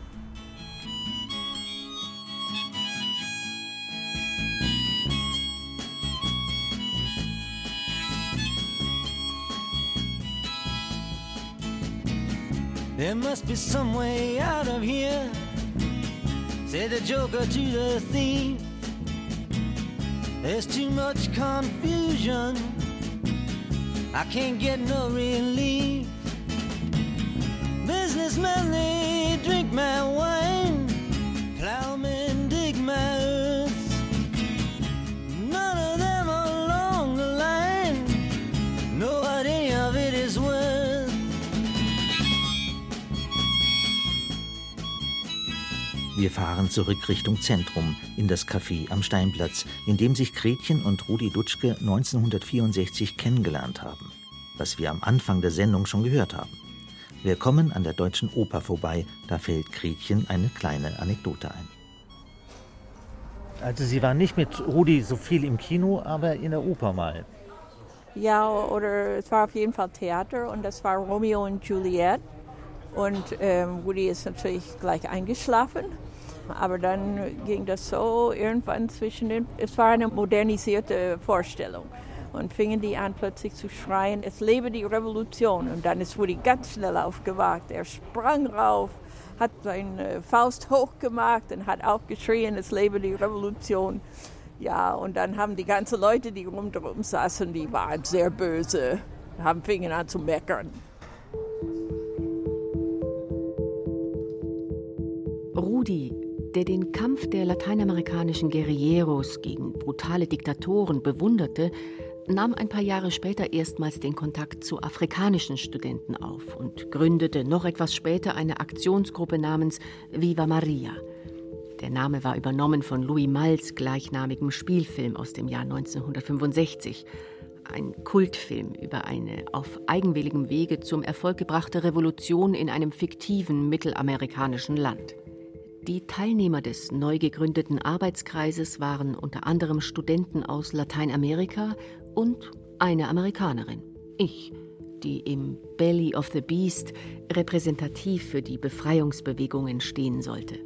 There must be some way out of here, said the joker to the thief. There's too much confusion, I can't get no relief. Businessmen, they drink my wine, plowmen dig my earth. None of them along the line know what any of it is worth. Wir fahren zurück Richtung Zentrum, in das Café am Steinplatz, in dem sich Gretchen und Rudi Dutschke 1964 kennengelernt haben, was wir am Anfang der Sendung schon gehört haben. Wir kommen an der Deutschen Oper vorbei, da fällt Gretchen eine kleine Anekdote ein. Also Sie waren nicht mit Rudi so viel im Kino, aber in der Oper mal. Ja, oder es war auf jeden Fall Theater und das war Romeo und Juliet. Und Rudi ist natürlich gleich eingeschlafen. Aber dann ging das so irgendwann es war eine modernisierte Vorstellung. Und fingen die an plötzlich zu schreien, es lebe die Revolution. Und dann ist Rudi ganz schnell aufgewacht. Er sprang rauf, hat seine Faust hochgemacht und hat auch geschrien, es lebe die Revolution. Ja, und dann haben die ganzen Leute, die rundherum saßen, die waren sehr böse, fingen an zu meckern. Rudi, der den Kampf der lateinamerikanischen Guerilleros gegen brutale Diktatoren bewunderte, nahm ein paar Jahre später erstmals den Kontakt zu afrikanischen Studenten auf und gründete noch etwas später eine Aktionsgruppe namens Viva Maria. Der Name war übernommen von Louis Malles gleichnamigem Spielfilm aus dem Jahr 1965. Ein Kultfilm über eine auf eigenwilligem Wege zum Erfolg gebrachte Revolution in einem fiktiven mittelamerikanischen Land. Die Teilnehmer des neu gegründeten Arbeitskreises waren unter anderem Studenten aus Lateinamerika und eine Amerikanerin, ich, die im Belly of the Beast repräsentativ für die Befreiungsbewegungen stehen sollte.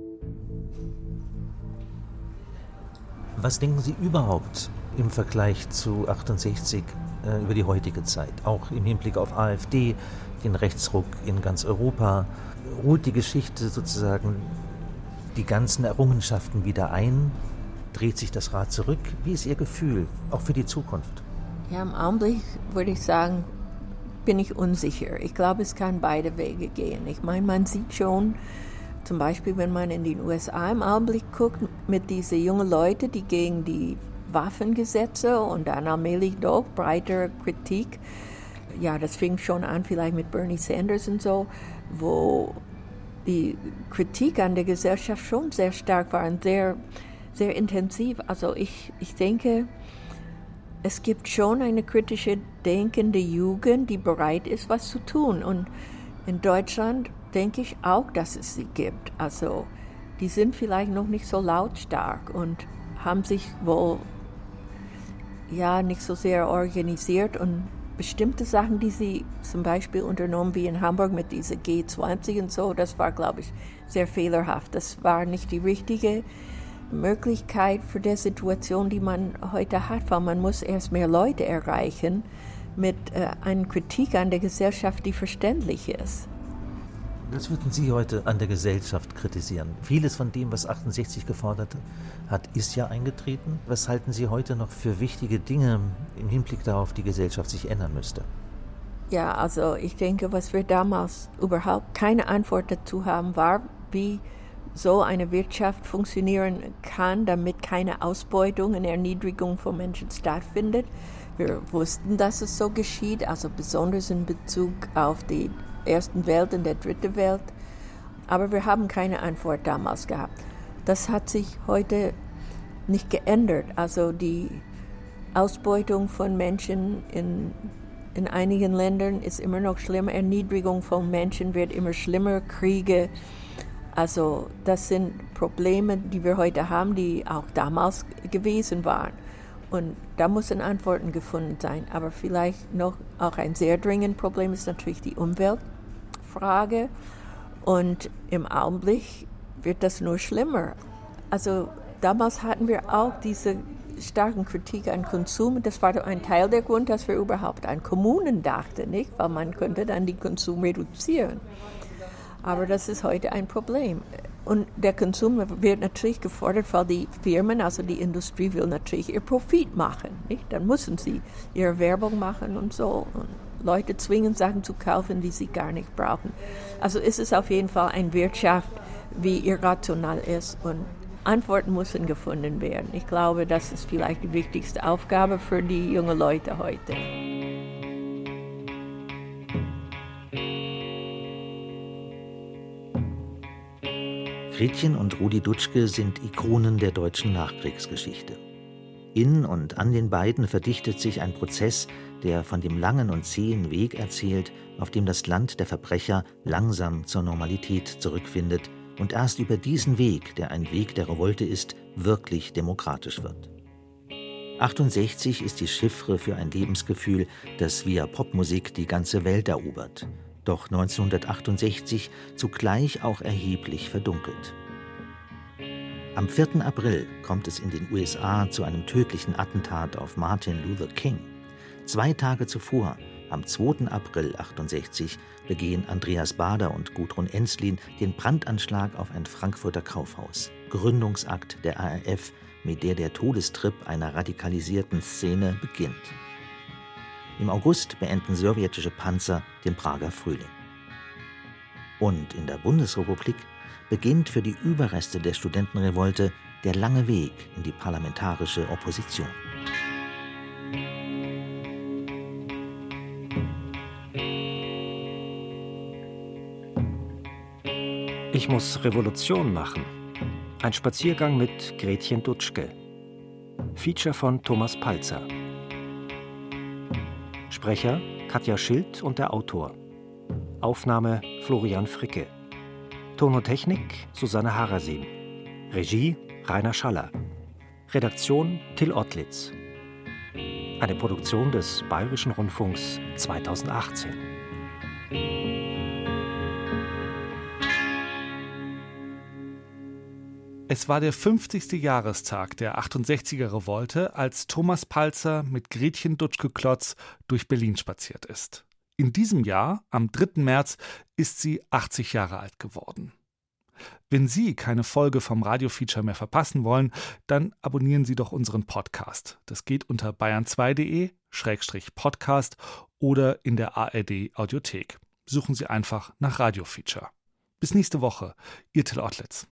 Was denken Sie überhaupt im Vergleich zu 68 über die heutige Zeit? Auch im Hinblick auf AfD, den Rechtsruck in ganz Europa. Ruht die Geschichte sozusagen die ganzen Errungenschaften wieder ein? Dreht sich das Rad zurück? Wie ist Ihr Gefühl, auch für die Zukunft? Ja, im Augenblick würde ich sagen, bin ich unsicher. Ich glaube, es kann beide Wege gehen. Ich meine, man sieht schon, zum Beispiel, wenn man in den USA im Augenblick guckt, mit diesen jungen Leuten, die gegen die Waffengesetze und dann allmählich doch breiter Kritik, ja, das fing schon an vielleicht mit Bernie Sanders und so, wo die Kritik an der Gesellschaft schon sehr stark war und sehr, sehr intensiv. Also ich denke, es gibt schon eine kritische, denkende Jugend, die bereit ist, was zu tun. Und in Deutschland denke ich auch, dass es sie gibt. Also die sind vielleicht noch nicht so lautstark und haben sich wohl ja nicht so sehr organisiert und bestimmte Sachen, die sie zum Beispiel unternommen, wie in Hamburg mit dieser G20 und so, das war, glaube ich, sehr fehlerhaft. Das war nicht die richtige Möglichkeit für die Situation, die man heute hat, weil man muss erst mehr Leute erreichen mit einer Kritik an der Gesellschaft, die verständlich ist. Was würden Sie heute an der Gesellschaft kritisieren? Vieles von dem, was 68 gefordert hat, ist ja eingetreten. Was halten Sie heute noch für wichtige Dinge im Hinblick darauf, die Gesellschaft sich ändern müsste? Ja, also ich denke, was wir damals überhaupt keine Antwort dazu haben, war, wie so eine Wirtschaft funktionieren kann, damit keine Ausbeutung und Erniedrigung von Menschen stattfindet. Wir wussten, dass es so geschieht, also besonders in Bezug auf die ersten Welt und der dritten Welt. Aber wir haben keine Antwort damals gehabt. Das hat sich heute nicht geändert. Also die Ausbeutung von Menschen in einigen Ländern ist immer noch schlimmer. Erniedrigung von Menschen wird immer schlimmer. Kriege. Also das sind Probleme, die wir heute haben, die auch damals gewesen waren. Und da müssen Antworten gefunden sein. Aber vielleicht noch auch ein sehr dringendes Problem ist natürlich die Umweltfrage. Und im Augenblick wird das nur schlimmer. Also damals hatten wir auch diese starken Kritik an Konsum. Das war ein Teil der Grund, dass wir überhaupt an Kommunen dachten, nicht? Weil man könnte dann den Konsum reduzieren. Aber das ist heute ein Problem. Und der Konsum wird natürlich gefordert, weil die Firmen, also die Industrie, will natürlich ihr Profit machen. Nicht? Dann müssen sie ihre Werbung machen und so. Und Leute zwingen, Sachen zu kaufen, die sie gar nicht brauchen. Also ist es auf jeden Fall eine Wirtschaft, wie irrational ist. Und Antworten müssen gefunden werden. Ich glaube, das ist vielleicht die wichtigste Aufgabe für die jungen Leute heute. Gretchen und Rudi Dutschke sind Ikonen der deutschen Nachkriegsgeschichte. In und an den beiden verdichtet sich ein Prozess, der von dem langen und zähen Weg erzählt, auf dem das Land der Verbrecher langsam zur Normalität zurückfindet und erst über diesen Weg, der ein Weg der Revolte ist, wirklich demokratisch wird. 68 ist die Chiffre für ein Lebensgefühl, das via Popmusik die ganze Welt erobert, doch 1968 zugleich auch erheblich verdunkelt. Am 4. April kommt es in den USA zu einem tödlichen Attentat auf Martin Luther King. 2 Tage zuvor, am 2. April 68, begehen Andreas Baader und Gudrun Ensslin den Brandanschlag auf ein Frankfurter Kaufhaus. Gründungsakt der RAF, mit der Todestrip einer radikalisierten Szene beginnt. Im August beenden sowjetische Panzer den Prager Frühling. Und in der Bundesrepublik beginnt für die Überreste der Studentenrevolte der lange Weg in die parlamentarische Opposition. Ich muss Revolution machen. Ein Spaziergang mit Gretchen Dutschke. Feature von Thomas Palzer. Sprecher Katja Schild und der Autor. Aufnahme Florian Fricke. Ton und Technik Susanne Harasim. Regie Rainer Schaller. Redaktion Till Ottlitz. Eine Produktion des Bayerischen Rundfunks 2018. Es war der 50. Jahrestag der 68er-Revolte, als Thomas Palzer mit Gretchen Dutschke-Klotz durch Berlin spaziert ist. In diesem Jahr, am 3. März, ist sie 80 Jahre alt geworden. Wenn Sie keine Folge vom Radio-Feature mehr verpassen wollen, dann abonnieren Sie doch unseren Podcast. Das geht unter bayern2.de/podcast oder in der ARD-Audiothek. Suchen Sie einfach nach Radio-Feature. Bis nächste Woche, Ihr Till Ottlitz.